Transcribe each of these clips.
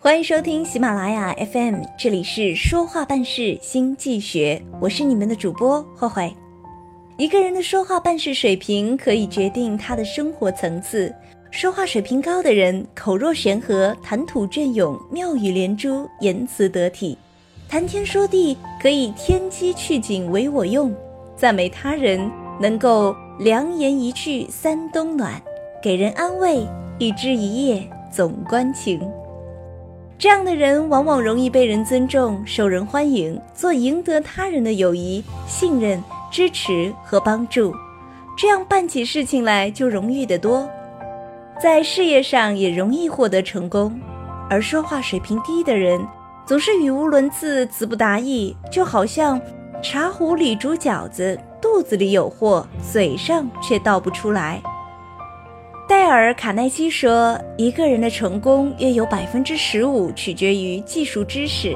欢迎收听喜马拉雅 FM， 这里是说话办事新纪学，我是你们的主播慧慧。一个人的说话办事水平可以决定他的生活层次，说话水平高的人口若悬河，谈吐隽永，妙语连珠，言辞得体，谈天说地，可以天机去景为我用，赞美他人能够良言一句三冬暖，给人安慰，一枝一叶总关情。这样的人往往容易被人尊重，受人欢迎，做赢得他人的友谊、信任、支持和帮助，这样办起事情来就容易得多，在事业上也容易获得成功。而说话水平低的人总是语无伦次，词不达意，就好像茶壶里煮饺子，肚子里有货，嘴上却倒不出来。戴尔·卡耐基说，一个人的成功约有 15% 取决于技术知识，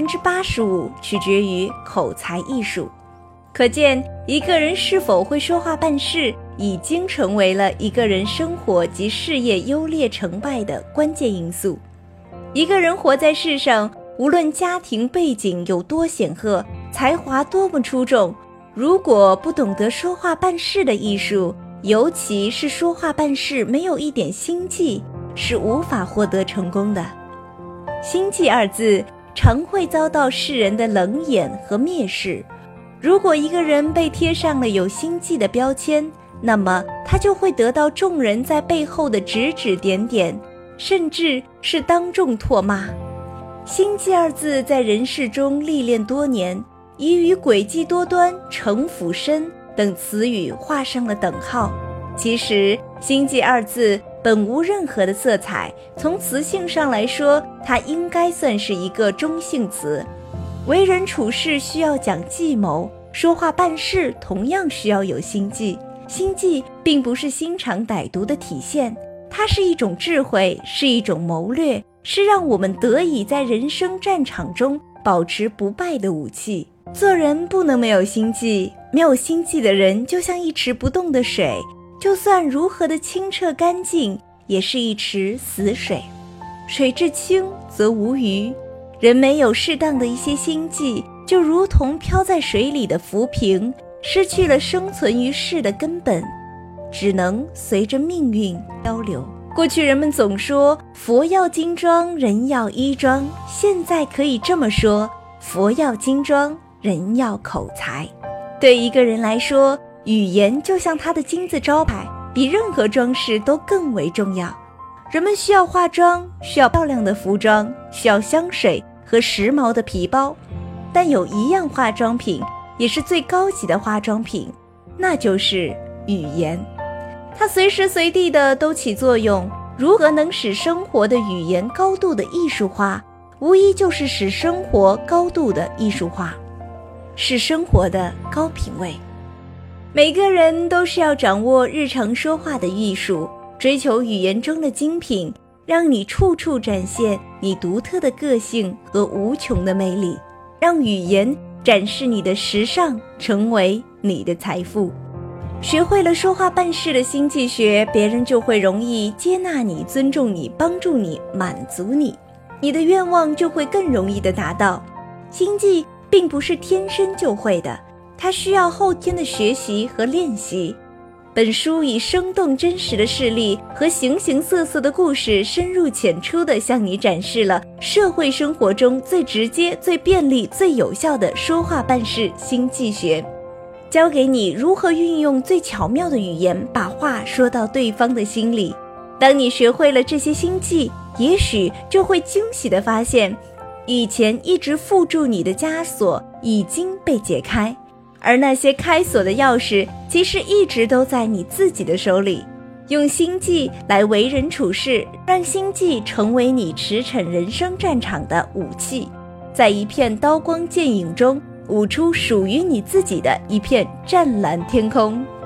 85% 取决于口才艺术。可见一个人是否会说话办事，已经成为了一个人生活及事业优劣成败的关键因素。一个人活在世上，无论家庭背景有多显赫，才华多么出众，如果不懂得说话办事的艺术，尤其是说话办事没有一点心计，是无法获得成功的。心计二字常会遭到世人的冷眼和蔑视，如果一个人被贴上了有心计的标签，那么他就会得到众人在背后的指指点点，甚至是当众唾骂。心计二字在人世中历练多年，已与诡计多端、城府深等词语画上了等号。其实心计二字本无任何的色彩，从词性上来说，它应该算是一个中性词。为人处事需要讲计谋，说话办事同样需要有心计。心计并不是心肠歹毒的体现，它是一种智慧，是一种谋略，是让我们得以在人生战场中保持不败的武器。做人不能没有心计，没有心计的人就像一池不动的水，就算如何的清澈干净，也是一池死水。水至清则无鱼，人没有适当的一些心计，就如同飘在水里的浮萍，失去了生存于世的根本，只能随着命运漂流。过去人们总说佛要金装，人要衣装，现在可以这么说，佛要金装，人要口才。对一个人来说，语言就像他的金字招牌，比任何装饰都更为重要。人们需要化妆，需要漂亮的服装，需要香水和时髦的皮包，但有一样化妆品也是最高级的化妆品，那就是语言。它随时随地的都起作用，如何能使生活的语言高度的艺术化，无疑就是使生活高度的艺术化，是生活的高品位。每个人都是要掌握日常说话的艺术，追求语言中的精品，让你处处展现你独特的个性和无穷的魅力，让语言展示你的时尚，成为你的财富。学会了说话办事的心计学，别人就会容易接纳你，尊重你，帮助你，满足你，你的愿望就会更容易的达到。心计并不是天生就会的，它需要后天的学习和练习。本书以生动真实的事例和形形色色的故事，深入浅出地向你展示了社会生活中最直接、最便利、最有效的说话办事心计学，教给你如何运用最巧妙的语言，把话说到对方的心里。当你学会了这些心计，也许就会惊喜地发现，以前一直缚住你的枷锁已经被解开，而那些开锁的钥匙其实一直都在你自己的手里。用心计来为人处事，让心计成为你驰骋人生战场的武器，在一片刀光剑影中舞出属于你自己的一片湛蓝天空。